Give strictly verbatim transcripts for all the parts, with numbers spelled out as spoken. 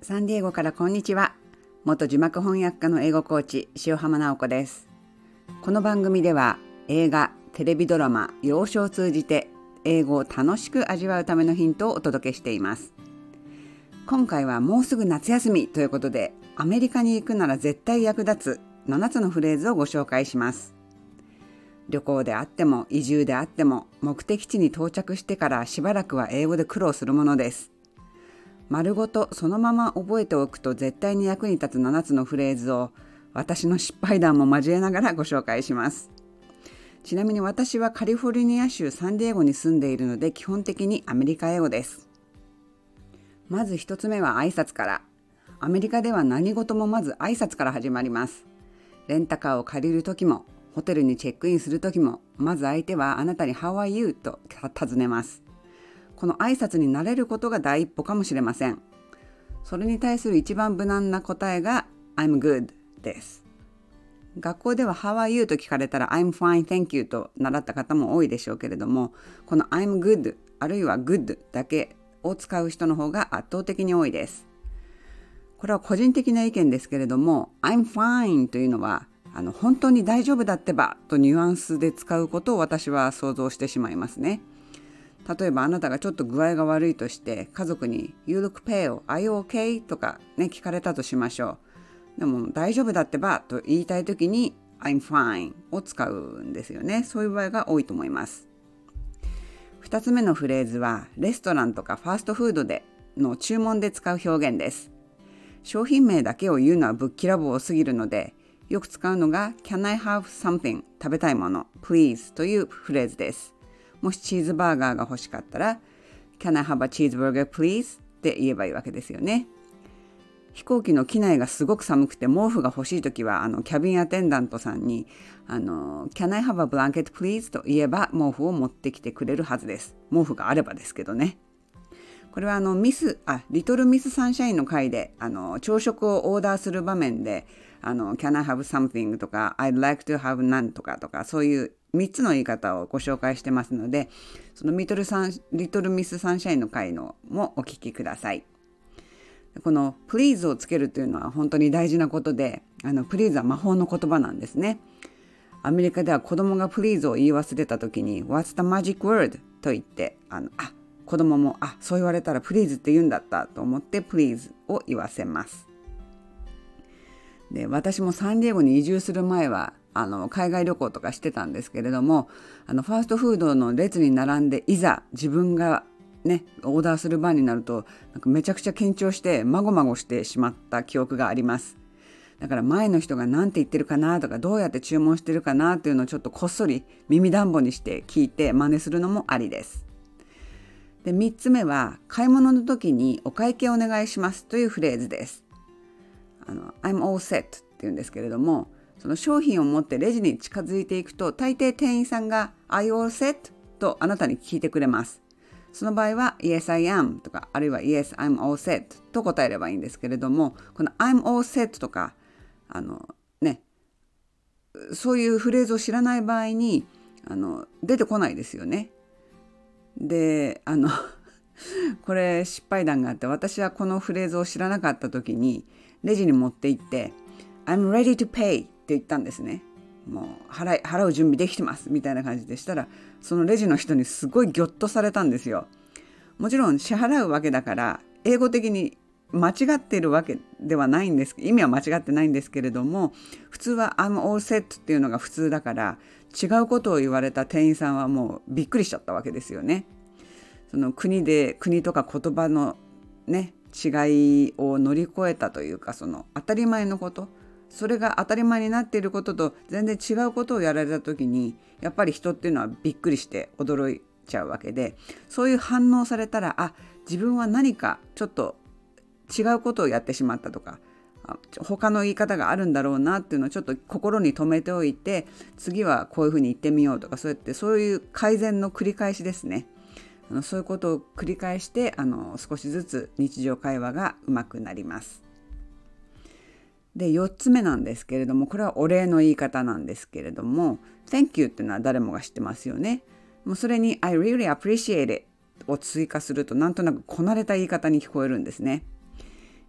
サンディエゴからこんにちは。元字幕翻訳家の英語コーチ塩浜直子です。この番組では映画、テレビドラマ、洋書を通じて英語を楽しく味わうためのヒントをお届けしています。今回はもうすぐ夏休みということで、アメリカに行くなら絶対役立つななつのフレーズをご紹介します。旅行であっても移住であっても目的地に到着してからしばらくは英語で苦労するものです。丸ごとそのまま覚えておくと絶対に役に立つななつのフレーズを私の失敗談も交えながらご紹介します。ちなみに私はカリフォルニア州サンディエゴに住んでいるので基本的にアメリカ英語です。まず一つ目は挨拶から。アメリカでは何事もまず挨拶から始まります。レンタカーを借りるときもホテルにチェックインするときもまず相手はあなたに How are you? と尋ねます。この挨拶に慣れることが第一歩かもしれません。それに対する一番無難な答えが I'm good です。学校では How are you? と聞かれたら I'm fine, thank you と習った方も多いでしょうけれども、この I'm good あるいは good だけを使う人の方が圧倒的に多いです。これは個人的な意見ですけれども、I'm fine というのはあの本当に大丈夫だってばとニュアンスで使うことを私は想像してしまいますね。例えばあなたがちょっと具合が悪いとして家族に You look pale, are you okay? とかね聞かれたとしましょう。でも大丈夫だってばと言いたいときに I'm fine を使うんですよね。そういう場合が多いと思います。二つ目のフレーズはレストランとかファーストフードでの注文で使う表現です。商品名だけを言うのはぶっきらぼうすぎるので、よく使うのが Can I have something? 食べたいもの Please というフレーズです。もしチーズバーガーが欲しかったら Can I have a cheeseburger please? って言えばいいわけですよね。飛行機の機内がすごく寒くて毛布が欲しいときはあのキャビンアテンダントさんにあの Can I have a blanket please? と言えば毛布を持ってきてくれるはずです。毛布があればですけどね。これはあのミスあリトルミスサンシャインの回であの朝食をオーダーする場面であの Can I have something? とか I'd like to have none とかとかそういうみっつの言い方をご紹介してますので、そのリトルサンリトルミスサンシャインの回のもお聞きください。この Please をつけるというのは本当に大事なことで、あの Please は魔法の言葉なんですね。アメリカでは子供が Please を言い忘れた時に What's the magic word? と言ってあのあ子供もあそう言われたら Please って言うんだったと思って Please を言わせます。で私もサンディエゴに移住する前はあの海外旅行とかしてたんですけれども、あのファーストフードの列に並んでいざ自分がねオーダーする番になるとなんかめちゃくちゃ緊張してまごまごしてしまった記憶があります。だから前の人が何て言ってるかなとかどうやって注文してるかなっていうのをちょっとこっそり耳だんぼにして聞いて真似するのもありです。でみっつめは買い物の時にお会計お願いしますというフレーズです。あの I'm all set っていうんですけれども、その商品を持ってレジに近づいていくと大抵店員さんが Are you all set? とあなたに聞いてくれます。その場合は Yes I am とかあるいは Yes I'm all set と答えればいいんですけれども、この I'm all set とかあのねそういうフレーズを知らない場合にあの出てこないですよね。であのこれ失敗談があって、私はこのフレーズを知らなかった時にレジに持って行って I'm ready to pay って言ったんですね。もう 払, 払う準備できてますみたいな感じでしたら、そのレジの人にすごいギョッとされたんですよ。もちろん支払うわけだから英語的に間違っているわけではないんです、意味は間違ってないんですけれども、普通は I'm all set っていうのが普通だから違うことを言われた店員さんはもうびっくりしちゃったわけですよね。その国で国とか言葉のね違いを乗り越えたというか、その当たり前のこと、それが当たり前になっていることと全然違うことをやられた時にやっぱり人っていうのはびっくりして驚いちゃうわけで、そういう反応されたらあ自分は何かちょっと違うことをやってしまったとか他の言い方があるんだろうなっていうのをちょっと心に留めておいて、次はこういうふうに言ってみようとか、そうやってそういう改善の繰り返しですね。あのそういうことを繰り返してあの少しずつ日常会話がうまくなります。でよっつめなんですけれども、これはお礼の言い方なんですけれども Thank you っていうのは誰もが知ってますよね。もうそれに I really appreciate it を追加するとなんとなくこなれた言い方に聞こえるんですね。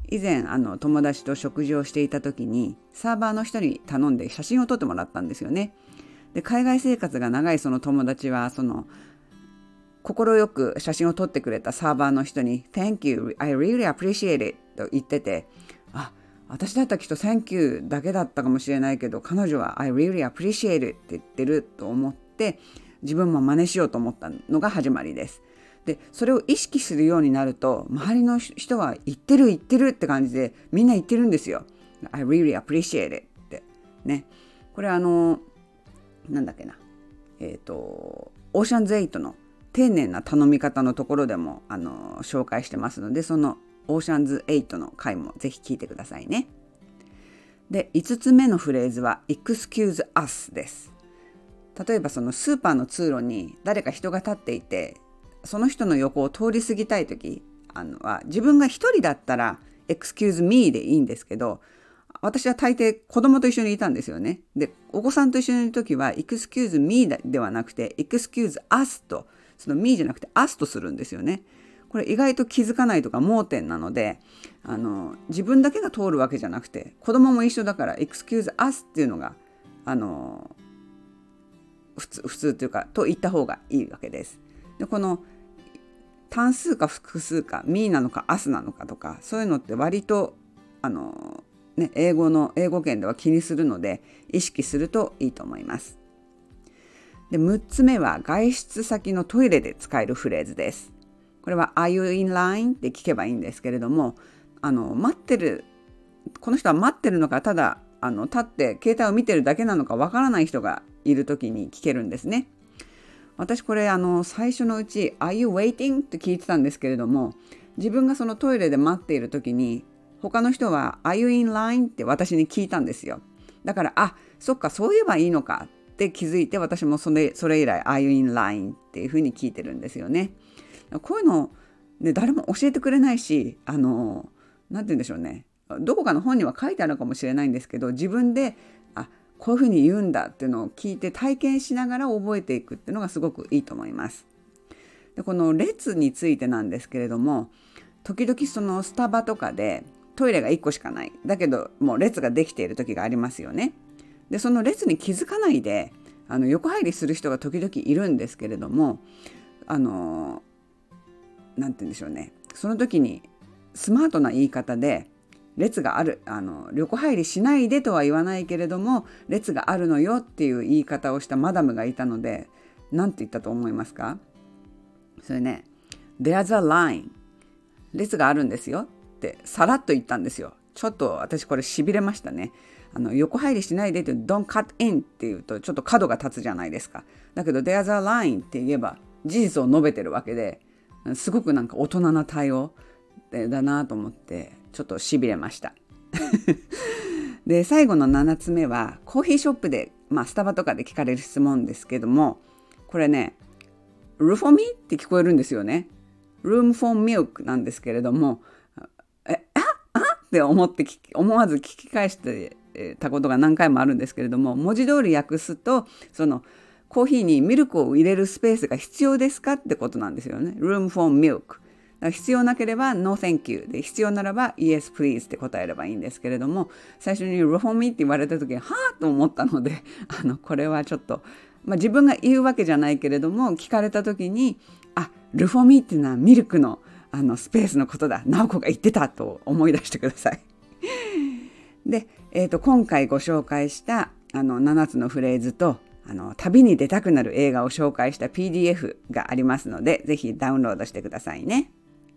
以前あの友達と食事をしていた時にサーバーの人に頼んで写真を撮ってもらったんですよね。で海外生活が長いその友達はその心よく写真を撮ってくれたサーバーの人に Thank you, I really appreciate it と言ってて、あ、私だったらきっと Thank you だけだったかもしれないけど、彼女は I really appreciate it って言ってると思って自分も真似しようと思ったのが始まりです。でそれを意識するようになると周りの人は言ってる言ってるって感じでみんな言ってるんですよ。 I really appreciate it ってね。これあのなんだっけなえっとオーシャンズエイトの丁寧な頼み方のところでもあの紹介してますので、そのオーシャンズエイトの回もぜひ聞いてくださいね。でいつつめのフレーズは excuse us です。例えばそのスーパーの通路に誰か人が立っていてその人の横を通り過ぎたいときあのは自分が一人だったら excuse me でいいんですけど、私は大抵子供と一緒にいたんですよね。でお子さんと一緒にいるときは excuse me ではなくて excuse us とその me じゃなくて us とするんですよね。これ意外と気づかないとか盲点なので、あの自分だけが通るわけじゃなくて子供も一緒だから excuse us っていうのがあの普通普通というかと言った方がいいわけです。でこの単数か複数か me なのか us なのかとかそういうのって割とあの、ね、英語の英語圏では気にするので意識するといいと思います。でむっつめは外出先のトイレで使えるフレーズです。これは Are you in line? って聞けばいいんですけれども、あの待ってるこの人は待ってるのかただあの立って携帯を見てるだけなのかわからない人がいるときに聞けるんですね。私これあの最初のうち Are you waiting? って聞いてたんですけれども、自分がそのトイレで待っているときに他の人は Are you in line? って私に聞いたんですよ。だからあそっかそう言えばいいのかって気づいて、私もそれ、それ以来 Are you in line? っていうふうに聞いてるんですよね。こういうの、ね、誰も教えてくれないし、あのなんて言うんでしょうね、どこかの本には書いてあるかもしれないんですけど、自分であこういうふうに言うんだっていうのを聞いて体験しながら覚えていくっていうのがすごくいいと思います。でこの列についてなんですけれども、時々そのスタバとかでトイレがいっこしかないだけどもう列ができている時がありますよね。でその列に気づかないであの横入りする人が時々いるんですけれども、あのなんて言うんでしょうね、その時にスマートな言い方で列がある、あの横入りしないでとは言わないけれども列があるのよっていう言い方をしたマダムがいたので、なんて言ったと思いますか？それね、There's a line、 列があるんですよってさらっと言ったんですよ。ちょっと私これしびれましたね。あの横入りしないでって Don't cut in っていうとちょっと角が立つじゃないですか。だけど There's a line って言えば事実を述べてるわけで、すごくなんか大人な対応だなと思ってちょっとしびれましたで最後のななつめはコーヒーショップで、まあ、スタバとかで聞かれる質問ですけども、これね Room for me? って聞こえるんですよね。 Room for milk なんですけれども、えああって思って思わず聞き返してたことが何回もあるんですけれども、文字通り訳すとそのコーヒーにミルクを入れるスペースが必要ですかってことなんですよね。 Room for milk、必要なければ No thank you で、必要ならば Yes please って答えればいいんですけれども、最初に Room for me って言われた時にはぁと思ったので、あのこれはちょっと、まあ、自分が言うわけじゃないけれども聞かれた時にあ Room for me っていうのはミルクの、あのスペースのことだ、直子が言ってたと思い出してくださいで、えーと、今回ご紹介したあのななつのフレーズとあの旅に出たくなる映画を紹介した ピーディーエフ がありますので、ぜひダウンロードしてくださいね。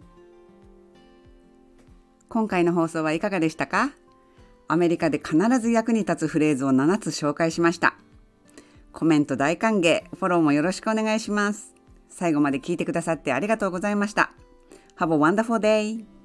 今回の放送はいかがでしたか？アメリカで必ず役に立つフレーズをななつ紹介しました。コメント大歓迎、フォローもよろしくお願いします。最後まで聞いてくださってありがとうございました。Have a wonderful day!